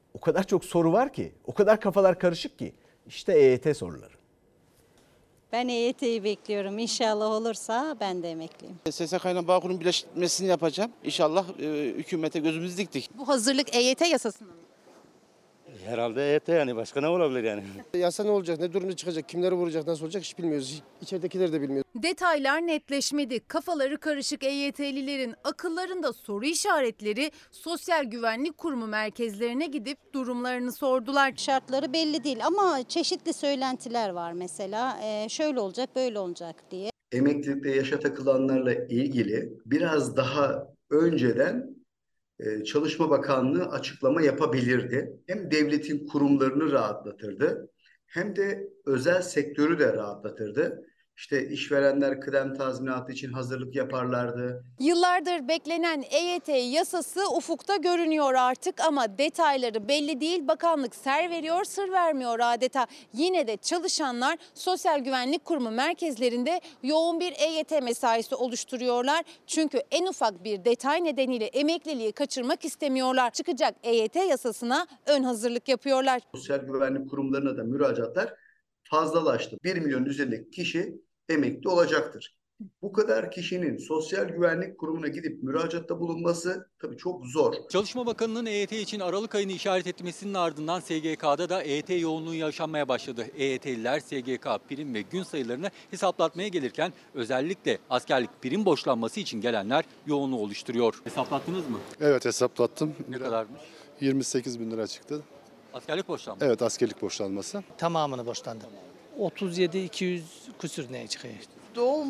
O kadar çok soru var ki, o kadar kafalar karışık ki. İşte EYT soruları. Ben EYT'yi bekliyorum. İnşallah olursa ben de emekliyim. SSK ile Bağkur'un birleşmesini yapacağım. İnşallah hükümete gözümüzü diktik. Bu hazırlık EYT yasasına mı? Herhalde EYT, yani başka ne olabilir yani? Yasa ne olacak, ne durumda çıkacak, kimleri vuracak, nasıl olacak hiç bilmiyoruz. İçeridekileri de bilmiyoruz. Detaylar netleşmedi. Kafaları karışık EYT'lilerin akıllarında soru işaretleri Sosyal Güvenlik Kurumu merkezlerine gidip durumlarını sordular. Şartları belli değil ama çeşitli söylentiler var mesela. Şöyle olacak, böyle olacak diye. Emeklilikte yaşa takılanlarla ilgili biraz daha önceden Çalışma Bakanlığı açıklama yapabilirdi. Hem devletin kurumlarını rahatlatırdı hem de özel sektörü de rahatlatırdı. İşte işverenler kıdem tazminatı için hazırlık yaparlardı. Yıllardır beklenen EYT yasası ufukta görünüyor artık ama detayları belli değil. Bakanlık ser veriyor, sır vermiyor adeta. Yine de çalışanlar Sosyal Güvenlik Kurumu merkezlerinde yoğun bir EYT mesaisi oluşturuyorlar. Çünkü en ufak bir detay nedeniyle emekliliği kaçırmak istemiyorlar. Çıkacak EYT yasasına ön hazırlık yapıyorlar. Sosyal güvenlik kurumlarına da müracaatlar fazlalaştı. 1 milyon üzerindeki kişi emekli olacaktır. Bu kadar kişinin Sosyal Güvenlik Kurumu'na gidip müracaatta bulunması tabii çok zor. Çalışma Bakanı'nın EYT için Aralık ayını işaret etmesinin ardından SGK'da da EYT yoğunluğu yaşanmaya başladı. EYT'liler SGK prim ve gün sayılarını hesaplatmaya gelirken özellikle askerlik prim borçlanması için gelenler yoğunluğu oluşturuyor. Hesaplattınız mı? Evet, hesaplattım. Ne kadarmış? 28 bin lira çıktı. Askerlik borçlanması? Evet, askerlik borçlanması. Tamamını borçlandım. 37-200 küsür neye çıkıyor? Doğum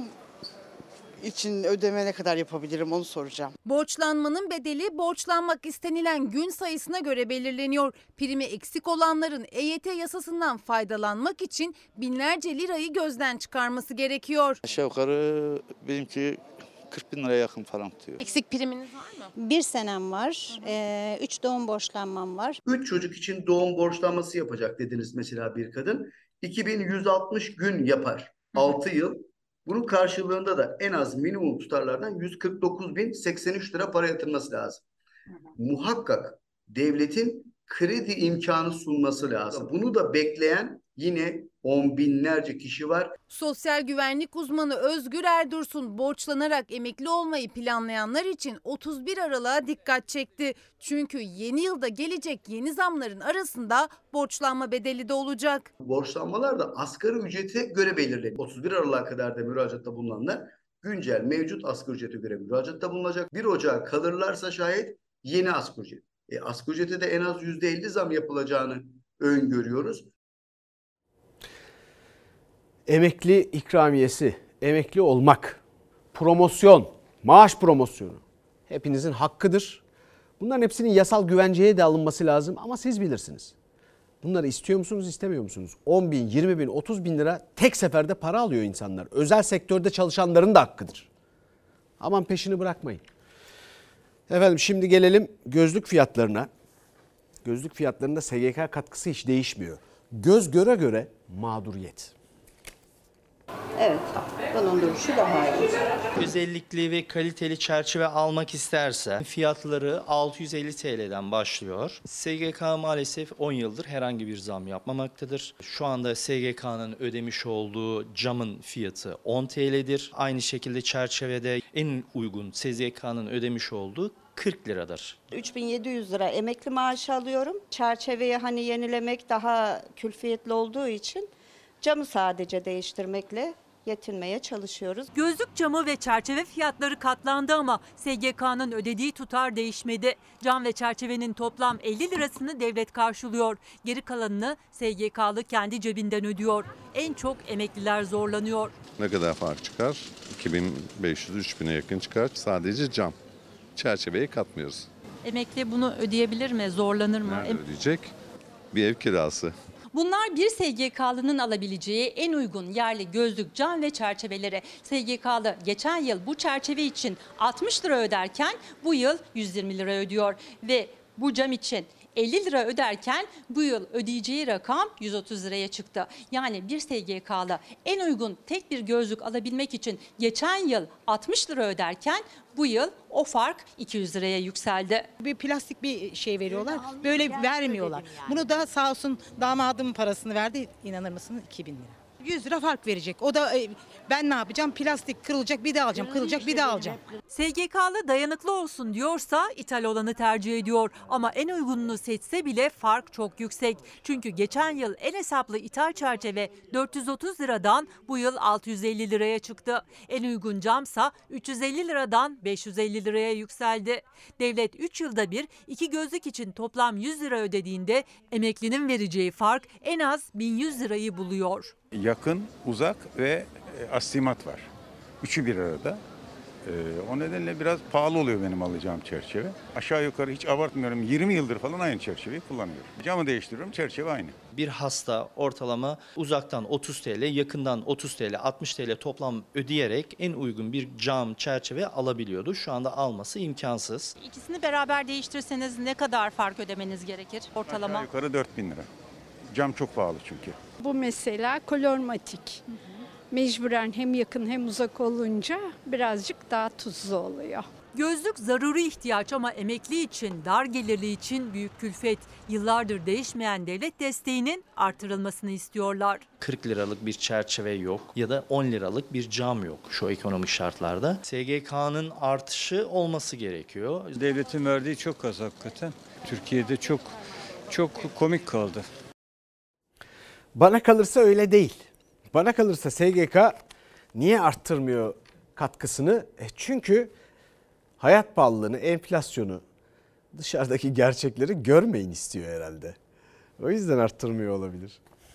için ödeme ne kadar yapabilirim onu soracağım. Borçlanmanın bedeli borçlanmak istenilen gün sayısına göre belirleniyor. Primi eksik olanların EYT yasasından faydalanmak için binlerce lirayı gözden çıkarması gerekiyor. Aşağı yukarı benimki 40 bin liraya yakın falan tutuyor. Eksik priminiz var mı? 1 senem var, 3 doğum borçlanmam var. 3 çocuk için doğum borçlanması yapacak dediniz mesela bir kadın. 2160 gün yapar. 6 yıl. Bunun karşılığında da en az minimum tutarlardan 149.083 lira para yatırması lazım. Muhakkak devletin kredi imkanı sunması lazım. Bunu da bekleyen yine on binlerce kişi var. Sosyal güvenlik uzmanı Özgür Erdursun borçlanarak emekli olmayı planlayanlar için 31 Aralık'a dikkat çekti. Çünkü yeni yılda gelecek yeni zamların arasında borçlanma bedeli de olacak. Borçlanmalar da asgari ücrete göre belirleniyor. 31 Aralık'a kadar da müracaatta bulunanlar güncel mevcut asgari ücrete göre müracaatta bulunacak. 1 Ocağı kalırlarsa şayet yeni asgari ücret. Asgari ücrete de en az %50 zam yapılacağını öngörüyoruz. Emekli ikramiyesi, emekli olmak, promosyon, maaş promosyonu hepinizin hakkıdır. Bunların hepsinin yasal güvenceye de alınması lazım ama siz bilirsiniz. Bunları istiyor musunuz, istemiyor musunuz? 10 bin, 20 bin, 30 bin lira tek seferde para alıyor insanlar. Özel sektörde çalışanların da hakkıdır. Aman peşini bırakmayın. Efendim şimdi gelelim gözlük fiyatlarına. Gözlük fiyatlarında SGK katkısı hiç değişmiyor. Göz göre göre mağduriyet. Evet, bunun duruşu daha iyi. Özellikli ve kaliteli çerçeve almak isterse fiyatları 650 TL'den başlıyor. SGK maalesef 10 yıldır herhangi bir zam yapmamaktadır. Şu anda SGK'nın ödemiş olduğu camın fiyatı 10 TL'dir. Aynı şekilde çerçevede en uygun SGK'nın ödemiş olduğu 40 liradır. 3700 lira emekli maaşı alıyorum. Çerçeveyi hani yenilemek daha külfiyetli olduğu için camı sadece değiştirmekle yetinmeye çalışıyoruz. Gözlük camı ve çerçeve fiyatları katlandı ama SGK'nın ödediği tutar değişmedi. Cam ve çerçevenin toplam 50 lirasını devlet karşılıyor. Geri kalanını SGK'lı kendi cebinden ödüyor. En çok emekliler zorlanıyor. Ne kadar fark çıkar? 2500-3000'e yakın çıkar. Sadece cam. Çerçeveyi katmıyoruz. Emekli bunu ödeyebilir mi? Zorlanır mı? Nerede ödeyecek? Bir ev kirası. Bunlar bir SGK'lının alabileceği en uygun yerli gözlük, cam ve çerçeveleri. SGK'lı geçen yıl bu çerçeve için 60 lira öderken bu yıl 120 lira ödüyor. Ve bu cam için 50 lira öderken bu yıl ödeyeceği rakam 130 liraya çıktı. Yani bir SGK'lı en uygun tek bir gözlük alabilmek için geçen yıl 60 lira öderken bu yıl o fark 200 liraya yükseldi. Bir plastik bir şey veriyorlar. Böyle vermiyorlar. Bunu da sağ olsun damadım parasını verdi. İnanır mısınız? 2000 lira. 100 lira fark verecek. O da ben ne yapacağım? Plastik kırılacak bir daha alacağım. Kırılacak bir daha alacağım. SGK'lı dayanıklı olsun diyorsa ithal olanı tercih ediyor. Ama en uygununu seçse bile fark çok yüksek. Çünkü geçen yıl en hesaplı ithal çerçeve 430 liradan bu yıl 650 liraya çıktı. En uygun camsa 350 liradan 550 liraya yükseldi. Devlet 3 yılda bir 2 gözlük için toplam 100 lira ödediğinde emeklinin vereceği fark en az 1100 lirayı buluyor. Yakın, uzak ve astigmat var. Üçü bir arada. O nedenle biraz pahalı oluyor benim alacağım çerçeve. Aşağı yukarı hiç abartmıyorum 20 yıldır falan aynı çerçeveyi kullanıyorum. Camı değiştiriyorum, çerçeve aynı. Bir hasta ortalama uzaktan 30 TL, yakından 30 TL, 60 TL toplam ödeyerek en uygun bir cam çerçeve alabiliyordu. Şu anda alması imkansız. İkisini beraber değiştirseniz ne kadar fark ödemeniz gerekir ortalama? Aşağı yukarı 4000 lira. Cam çok pahalı çünkü. Bu mesela kolormatik. Mecburen hem yakın hem uzak olunca birazcık daha tuzlu oluyor. Gözlük zaruri ihtiyaç ama emekli için, dar gelirli için büyük külfet. Yıllardır değişmeyen devlet desteğinin artırılmasını istiyorlar. 40 liralık bir çerçeve yok ya da 10 liralık bir cam yok şu ekonomik şartlarda. SGK'nın artışı olması gerekiyor. Devletin verdiği çok az hakikaten. Türkiye'de çok komik kaldı. Bana kalırsa öyle değil. Bana kalırsa SGK niye arttırmıyor katkısını? Çünkü hayat pahalılığını, enflasyonu, dışarıdaki gerçekleri görmeyin istiyor herhalde. O yüzden arttırmıyor olabilir.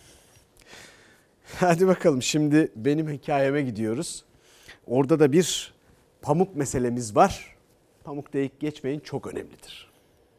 Hadi bakalım şimdi benim hikayeme gidiyoruz. Orada da bir pamuk meselemiz var. Pamuk deyip geçmeyin, çok önemlidir.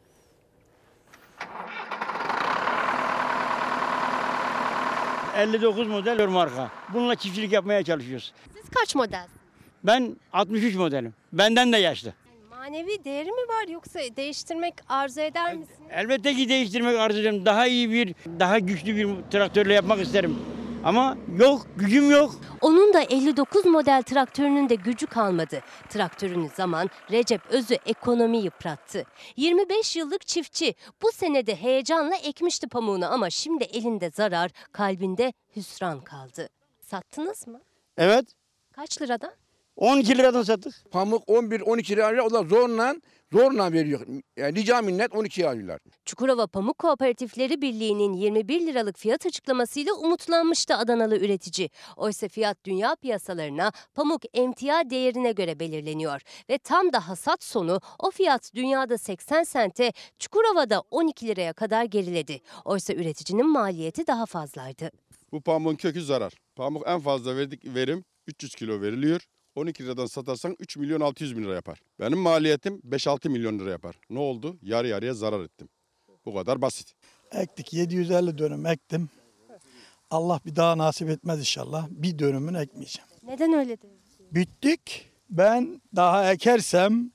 ...59 model marka. Bununla çiftçilik yapmaya çalışıyoruz. Siz kaç model? Ben 63 modelim. Benden de yaşlı. Manevi değeri mi var yoksa değiştirmek arzu eder misiniz? Elbette ki değiştirmek arzu ederim. Daha iyi daha güçlü bir traktörle yapmak isterim. Ama yok, gücüm yok. Onun da 59 model traktörünün de gücü kalmadı. Traktörünü zaman Recep Özü ekonomi yıprattı. 25 yıllık çiftçi bu senede heyecanla ekmişti pamuğunu ama şimdi elinde zarar, kalbinde hüsran kaldı. Sattınız mı? Evet. Kaç liradan? 12 liradan sattık. Pamuk 11-12 lirayla o da zorla veriyor. Yani rica minnet 12 alıyorlar. Çukurova Pamuk Kooperatifleri Birliği'nin 21 liralık fiyat açıklamasıyla umutlanmıştı Adanalı üretici. Oysa fiyat dünya piyasalarına pamuk emtia değerine göre belirleniyor. Ve tam da hasat sonu o fiyat dünyada 80 sente, Çukurova'da 12 liraya kadar geriledi. Oysa üreticinin maliyeti daha fazlaydı. Bu pamuğun kökü zarar. Pamuk en fazla verim 300 kilo veriliyor. 12 liradan satarsan 3 milyon 600 bin lira yapar. Benim maliyetim 5-6 milyon lira yapar. Ne oldu? Yarı yarıya zarar ettim. Bu kadar basit. Ektik 750 dönüm ektim. Allah bir daha nasip etmez inşallah. Bir dönümünü ekmeyeceğim. Neden öyle diyorsun? Bittik. Ben daha ekersem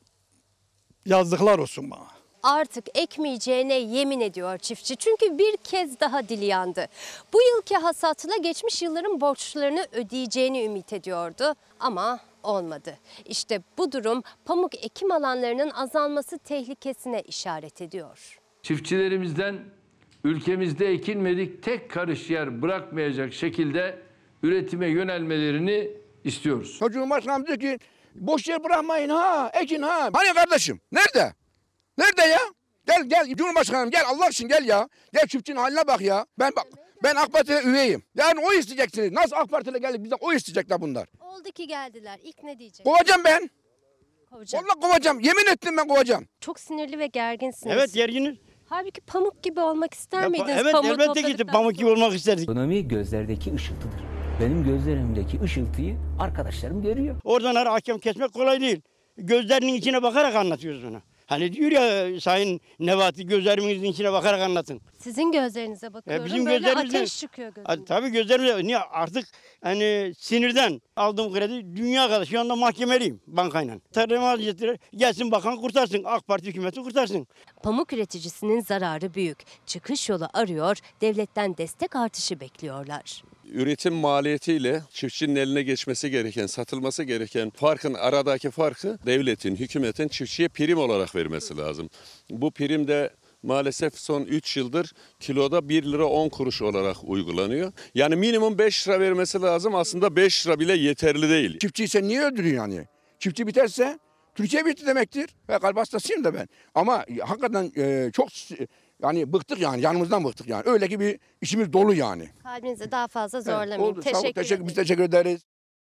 yazdıklar olsun bana. Artık ekmeyeceğine yemin ediyor çiftçi. Çünkü bir kez daha dili yandı. Bu yılki hasatla geçmiş yılların borçlarını ödeyeceğini ümit ediyordu ama olmadı. İşte bu durum pamuk ekim alanlarının azalması tehlikesine işaret ediyor. Çiftçilerimizden ülkemizde ekilmedik tek karış yer bırakmayacak şekilde üretime yönelmelerini istiyoruz. Cumhurbaşkanı diyor ki boş yer bırakmayın ha, ekin ha. Hani kardeşim? Nerede? Nerede ya? Gel Cumhurbaşkanım gel Allah için gel ya. Gel çiftçinin haline bak ya. Ben AK Parti'ye üyeyim. Yani o isteyeceksiniz. Nasıl AK Parti'yle geldik bizden o isteyecekler bunlar. Oldu ki geldiler. İlk ne diyecek? Kovacağım ben. Kovacağım. Vallahi kovacağım. Yemin ettim ben kovacağım. Çok sinirli ve gerginsiniz. Evet gerginiz. Halbuki pamuk gibi olmak ister miydiniz? Evet elbette ki pamuk gibi olmak isterdik. Ekonomi gözlerdeki ışıltıdır. Benim gözlerimdeki ışıltıyı arkadaşlarım görüyor. Oradan hakem kesmek kolay değil. Gözlerinin içine bakarak anlatıyoruz onu. Hani diyor ya Sayın Nebati, gözlerinizin içine bakarak anlatın. Sizin gözlerinize bakıyorum. Bizim böyle gözlerimizden- ateş çıkıyor gözümden. Tabii gözlerimizde. Niye artık hani sinirden aldığım kredi dünya kadar. Şu anda mahkemeliyim bankayla. Tarım Hazretleri gelsin bakan kurtarsın. AK Parti hükümeti kurtarsın. Pamuk üreticisinin zararı büyük. Çıkış yolu arıyor, devletten destek artışı bekliyorlar. Üretim maliyetiyle çiftçinin eline geçmesi gereken, satılması gereken aradaki farkı devletin, hükümetin çiftçiye prim olarak vermesi lazım. Bu prim de maalesef son 3 yıldır kiloda 1 lira 10 kuruş olarak uygulanıyor. Yani minimum 5 lira vermesi lazım. Aslında 5 lira bile yeterli değil. Çiftçiyi sen niye öldürüyorsun yani? Çiftçi biterse Türkiye bitti demektir. Ve kalp hastasıyım da ben. Ama hakikaten çok yani bıktık yani, yanımızdan bıktık yani. Öyle ki bir işimiz dolu yani. Kalbinizi daha fazla zorlamayın. Oldu, sağ ol, Teşekkür ederim. biz teşekkür ederiz.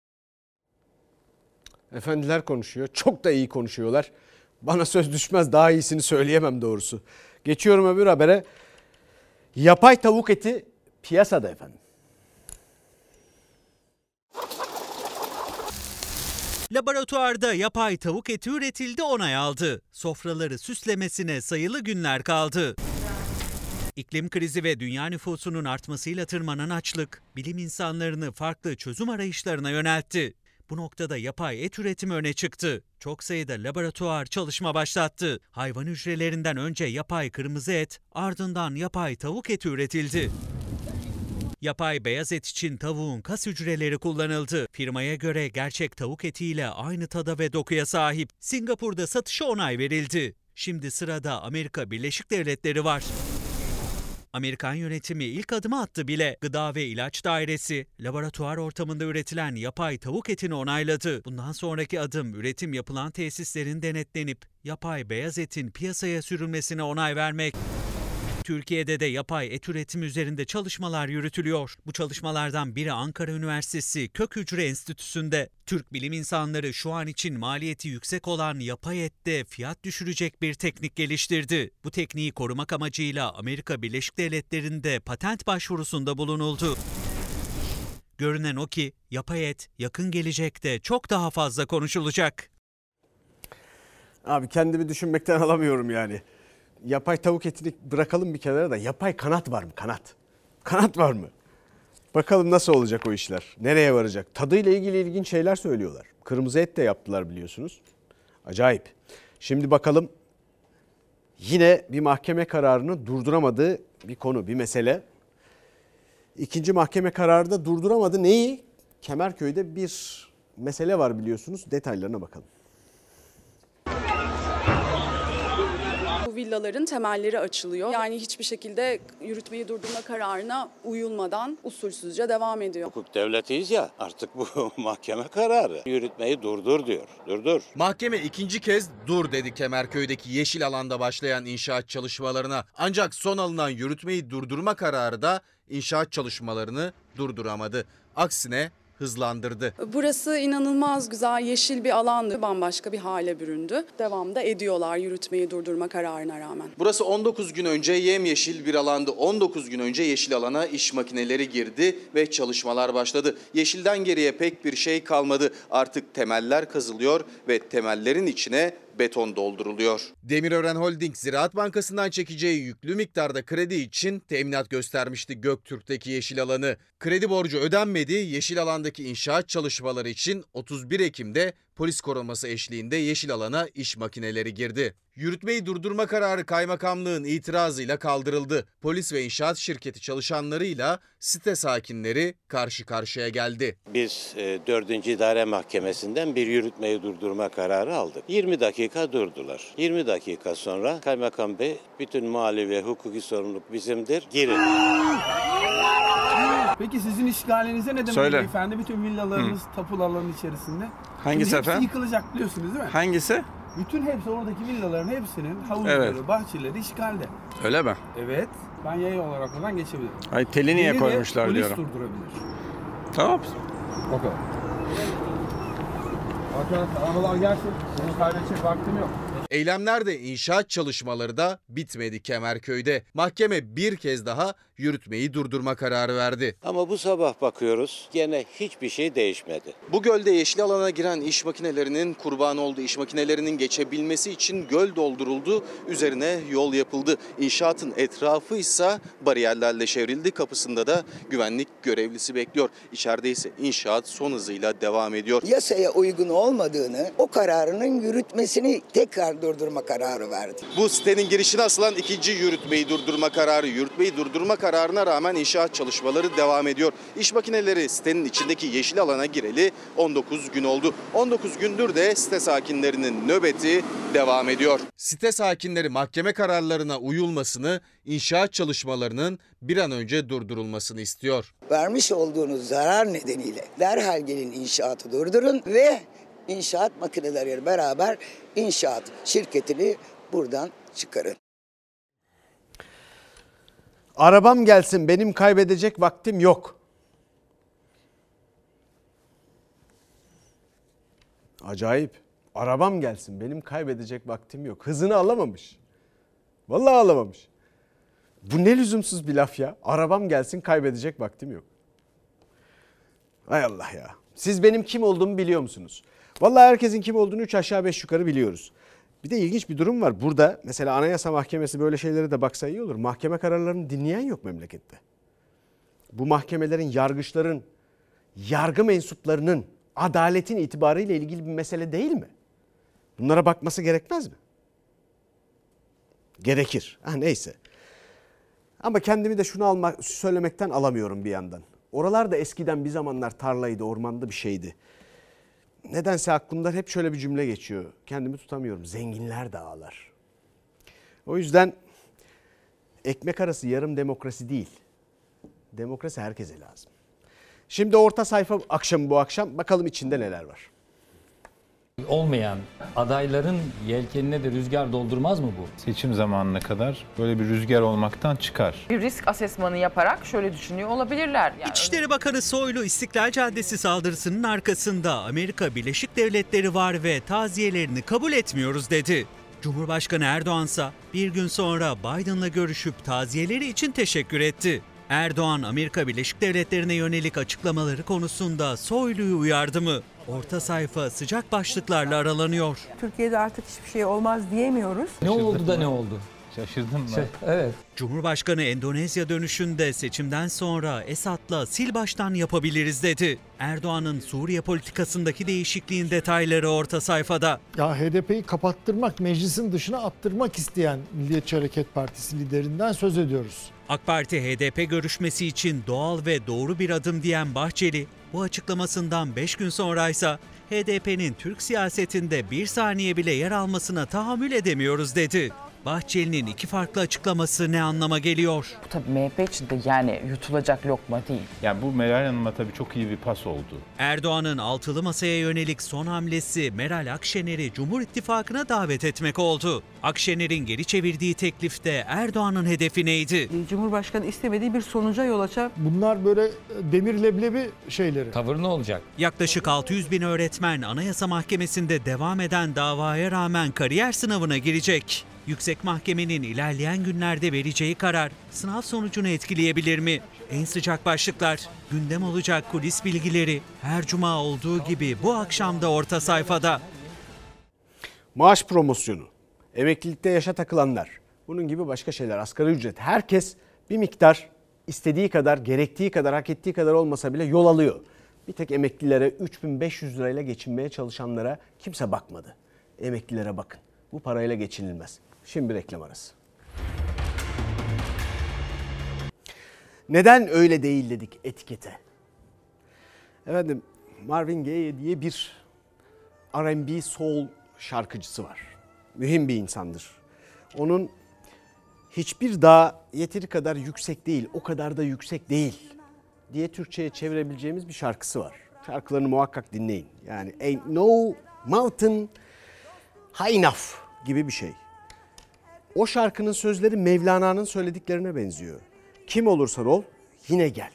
Efendiler konuşuyor. Çok da iyi konuşuyorlar. Bana söz düşmez, daha iyisini söyleyemem doğrusu. Geçiyorum öbür habere. Yapay tavuk eti piyasada efendim. Laboratuvarda yapay tavuk eti üretildi, onay aldı. Sofraları süslemesine sayılı günler kaldı. İklim krizi ve dünya nüfusunun artmasıyla tırmanan açlık, bilim insanlarını farklı çözüm arayışlarına yöneltti. Bu noktada yapay et üretimi öne çıktı. Çok sayıda laboratuvar çalışma başlattı. Hayvan hücrelerinden önce yapay kırmızı et, ardından yapay tavuk eti üretildi. Yapay beyaz et için tavuğun kas hücreleri kullanıldı. Firmaya göre gerçek tavuk etiyle aynı tada ve dokuya sahip. Singapur'da satışa onay verildi. Şimdi sırada Amerika Birleşik Devletleri var. Amerikan yönetimi ilk adımı attı bile. Gıda ve İlaç Dairesi, laboratuvar ortamında üretilen yapay tavuk etini onayladı. Bundan sonraki adım üretim yapılan tesislerin denetlenip yapay beyaz etin piyasaya sürülmesine onay vermek. Türkiye'de de yapay et üretimi üzerinde çalışmalar yürütülüyor. Bu çalışmalardan biri Ankara Üniversitesi Kök Hücre Enstitüsü'nde. Türk bilim insanları şu an için maliyeti yüksek olan yapay ette fiyat düşürecek bir teknik geliştirdi. Bu tekniği korumak amacıyla Amerika Birleşik Devletleri'nde patent başvurusunda bulunuldu. Görünen o ki yapay et yakın gelecekte çok daha fazla konuşulacak. Abi kendimi düşünmekten alamıyorum yani. Yapay tavuk etini bırakalım bir kenara da yapay kanat var mı? Kanat var mı? Bakalım nasıl olacak o işler? Nereye varacak? Tadıyla ilgili ilginç şeyler söylüyorlar. Kırmızı et de yaptılar biliyorsunuz. Acayip. Şimdi bakalım, yine bir mahkeme kararını durduramadığı bir konu, bir mesele. İkinci mahkeme kararı da durduramadı. Neyi? Kemerköy'de bir mesele var biliyorsunuz. Detaylarına bakalım. Bu villaların temelleri açılıyor. Yani hiçbir şekilde yürütmeyi durdurma kararına uyulmadan usulsüzce devam ediyor. Hukuk devletiyiz ya, artık bu mahkeme kararı. Yürütmeyi durdur diyor. Durdur. Mahkeme ikinci kez dur dedi Kemerköy'deki yeşil alanda başlayan inşaat çalışmalarına. Ancak son alınan yürütmeyi durdurma kararı da inşaat çalışmalarını durduramadı. Aksine hızlandırdı. Burası inanılmaz güzel yeşil bir alandı. Bambaşka bir hale büründü. Devamda ediyorlar yürütmeyi durdurma kararına rağmen. Burası 19 gün önce yemyeşil bir alandı. 19 gün önce yeşil alana iş makineleri girdi ve çalışmalar başladı. Yeşilden geriye pek bir şey kalmadı. Artık temeller kazılıyor ve temellerin içine beton dolduruluyor. Demirören Holding Ziraat Bankası'ndan çekeceği yüklü miktarda kredi için teminat göstermişti Göktürk'teki yeşil alanı. Kredi borcu ödenmedi. Yeşil alandaki inşaat çalışmaları için 31 Ekim'de polis koruması eşliğinde yeşil alana iş makineleri girdi. Yürütmeyi durdurma kararı kaymakamlığın itirazıyla kaldırıldı. Polis ve inşaat şirketi çalışanlarıyla site sakinleri karşı karşıya geldi. Biz 4. İdare Mahkemesi'nden bir yürütmeyi durdurma kararı aldık. 20 dakika durdular. 20 dakika sonra Kaymakam Bey, bütün mali ve hukuki sorumluluk bizimdir, girin. Peki sizin işgalinize ne demek beyefendi? Bütün villalarınız tapulu alanın içerisinde. Hangisi hepsi efendim? Yıkılacak biliyorsunuz değil mi? Hangisi? Bütün hepsi, oradaki villaların hepsinin havuzları, bahçeleri işgalde. Öyle mi? Evet. Ben yaya olarak buradan geçebilirim. Ay teli niye koymuşlar diyorum. Polis durdurabilir. Tamam. O kadar. Arkadaşlar arabalar gelsin. Senin kaybedecek vaktim yok. Eylemler de inşaat çalışmaları da bitmedi Kemerköy'de. Mahkeme bir kez daha yürütmeyi durdurma kararı verdi. Ama bu sabah bakıyoruz gene hiçbir şey değişmedi. Bu gölde yeşil alana giren iş makinelerinin kurbanı oldu. İş makinelerinin geçebilmesi için göl dolduruldu, üzerine yol yapıldı. İnşaatın etrafı ise bariyerlerle çevrildi. Kapısında da güvenlik görevlisi bekliyor. İçeride ise inşaat son hızıyla devam ediyor. Yasaya uygun olmadığını, o kararının yürütmesini tekrar durdurma kararı verdi. Bu sitenin girişine asılan ikinci yürütmeyi durdurma kararı. Yürütmeyi durdurma kararına rağmen inşaat çalışmaları devam ediyor. İş makineleri sitenin içindeki yeşil alana gireli 19 gün oldu. 19 gündür de site sakinlerinin nöbeti devam ediyor. Site sakinleri mahkeme kararlarına uyulmasını, inşaat çalışmalarının bir an önce durdurulmasını istiyor. Vermiş olduğunuz zarar nedeniyle derhal gelin inşaatı durdurun ve inşaat makineleriyle beraber inşaat şirketini buradan çıkarın. Arabam gelsin, benim kaybedecek vaktim yok. Acayip. Arabam gelsin, benim kaybedecek vaktim yok. Hızını alamamış. Vallahi alamamış. Bu ne lüzumsuz bir laf ya. Arabam gelsin, kaybedecek vaktim yok. Hay Allah ya. Siz benim kim olduğumu biliyor musunuz? Vallahi herkesin kim olduğunu 3 aşağı 5 yukarı biliyoruz. Bir de ilginç bir durum var. Burada mesela Anayasa Mahkemesi böyle şeylere de baksa iyi olur. Mahkeme kararlarını dinleyen yok memlekette. Bu mahkemelerin, yargıçların, yargı mensuplarının adaletin itibarıyla ilgili bir mesele değil mi? Bunlara bakması gerekmez mi? Gerekir. Neyse. Ama kendimi de şunu söylemekten alamıyorum bir yandan. Oralar da eskiden bir zamanlar tarlaydı, ormanda bir şeydi. Nedense aklımdan hep şöyle bir cümle geçiyor. Kendimi tutamıyorum. Zenginler de ağlar. O yüzden ekmek arası yarım demokrasi değil. Demokrasi herkese lazım. Şimdi orta sayfa akşamı bu akşam. Bakalım içinde neler var. Olmayan adayların yelkenine de rüzgar doldurmaz mı bu? Seçim zamanına kadar böyle bir rüzgar olmaktan çıkar. Bir risk asesmanı yaparak şöyle düşünüyor olabilirler. İçişleri Bakanı Soylu İstiklal Caddesi saldırısının arkasında Amerika Birleşik Devletleri var ve taziyelerini kabul etmiyoruz dedi. Cumhurbaşkanı Erdoğan ise bir gün sonra Biden'la görüşüp taziyeleri için teşekkür etti. Erdoğan, Amerika Birleşik Devletleri'ne yönelik açıklamaları konusunda Soylu'yu uyardı mı? Orta sayfa sıcak başlıklarla aralanıyor. Türkiye'de artık hiçbir şey olmaz diyemiyoruz. Ne oldu da ne oldu? Şaşırdım mı? Evet. Cumhurbaşkanı Endonezya dönüşünde seçimden sonra Esad'la sil baştan yapabiliriz dedi. Erdoğan'ın Suriye politikasındaki değişikliğin detayları orta sayfada. Ya HDP'yi kapattırmak, meclisin dışına attırmak isteyen Milliyetçi Hareket Partisi liderinden söz ediyoruz. AK Parti HDP görüşmesi için doğal ve doğru bir adım diyen Bahçeli, bu açıklamasından 5 gün sonraysa HDP'nin Türk siyasetinde bir saniye bile yer almasına tahammül edemiyoruz dedi. Bahçeli'nin iki farklı açıklaması ne anlama geliyor? Bu tabii MHP için de yani yutulacak lokma değil. Yani bu Meral Hanım'a tabii çok iyi bir pas oldu. Erdoğan'ın altılı masaya yönelik son hamlesi Meral Akşener'i Cumhur İttifakı'na davet etmek oldu. Akşener'in geri çevirdiği teklifte Erdoğan'ın hedefi neydi? Cumhurbaşkanı istemediği bir sonuca yol açar. Bunlar böyle demir leblebi şeyleri. Tavır ne olacak? Yaklaşık 600 bin öğretmen Anayasa Mahkemesi'nde devam eden davaya rağmen kariyer sınavına girecek. Yüksek Mahkemenin ilerleyen günlerde vereceği karar sınav sonucunu etkileyebilir mi? En sıcak başlıklar, gündem olacak kulis bilgileri her cuma olduğu gibi bu akşam da orta sayfada. Maaş promosyonu, emeklilikte yaşa takılanlar, bunun gibi başka şeyler, asgari ücret. Herkes bir miktar istediği kadar, gerektiği kadar, hak ettiği kadar olmasa bile yol alıyor. Bir tek emeklilere 3.500 lirayla geçinmeye çalışanlara kimse bakmadı. Emeklilere bakın. Bu parayla geçinilmez. Şimdi reklam arası. Neden öyle değil dedik etikete? Efendim Marvin Gaye diye bir R&B soul şarkıcısı var. Mühim bir insandır. Onun hiçbir dağ yeteri kadar yüksek değil, o kadar da yüksek değil diye Türkçe'ye çevirebileceğimiz bir şarkısı var. Şarkılarını muhakkak dinleyin. Yani Ain't No Mountain High Enough gibi bir şey. O şarkının sözleri Mevlana'nın söylediklerine benziyor. Kim olursan ol yine gel.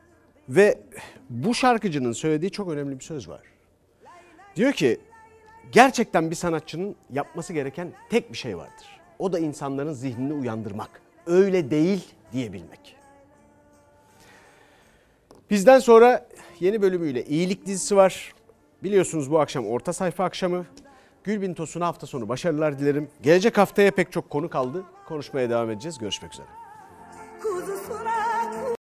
Ve bu şarkıcının söylediği çok önemli bir söz var. Diyor ki Gerçekten bir sanatçının yapması gereken tek bir şey vardır. O da insanların zihnini uyandırmak. Öyle değil diyebilmek. Bizden sonra yeni bölümüyle İyilik dizisi var. Biliyorsunuz bu akşam orta sayfa akşamı. Gülbin Tosun'a hafta sonu başarılar dilerim. Gelecek haftaya pek çok konu kaldı. Konuşmaya devam edeceğiz. Görüşmek üzere.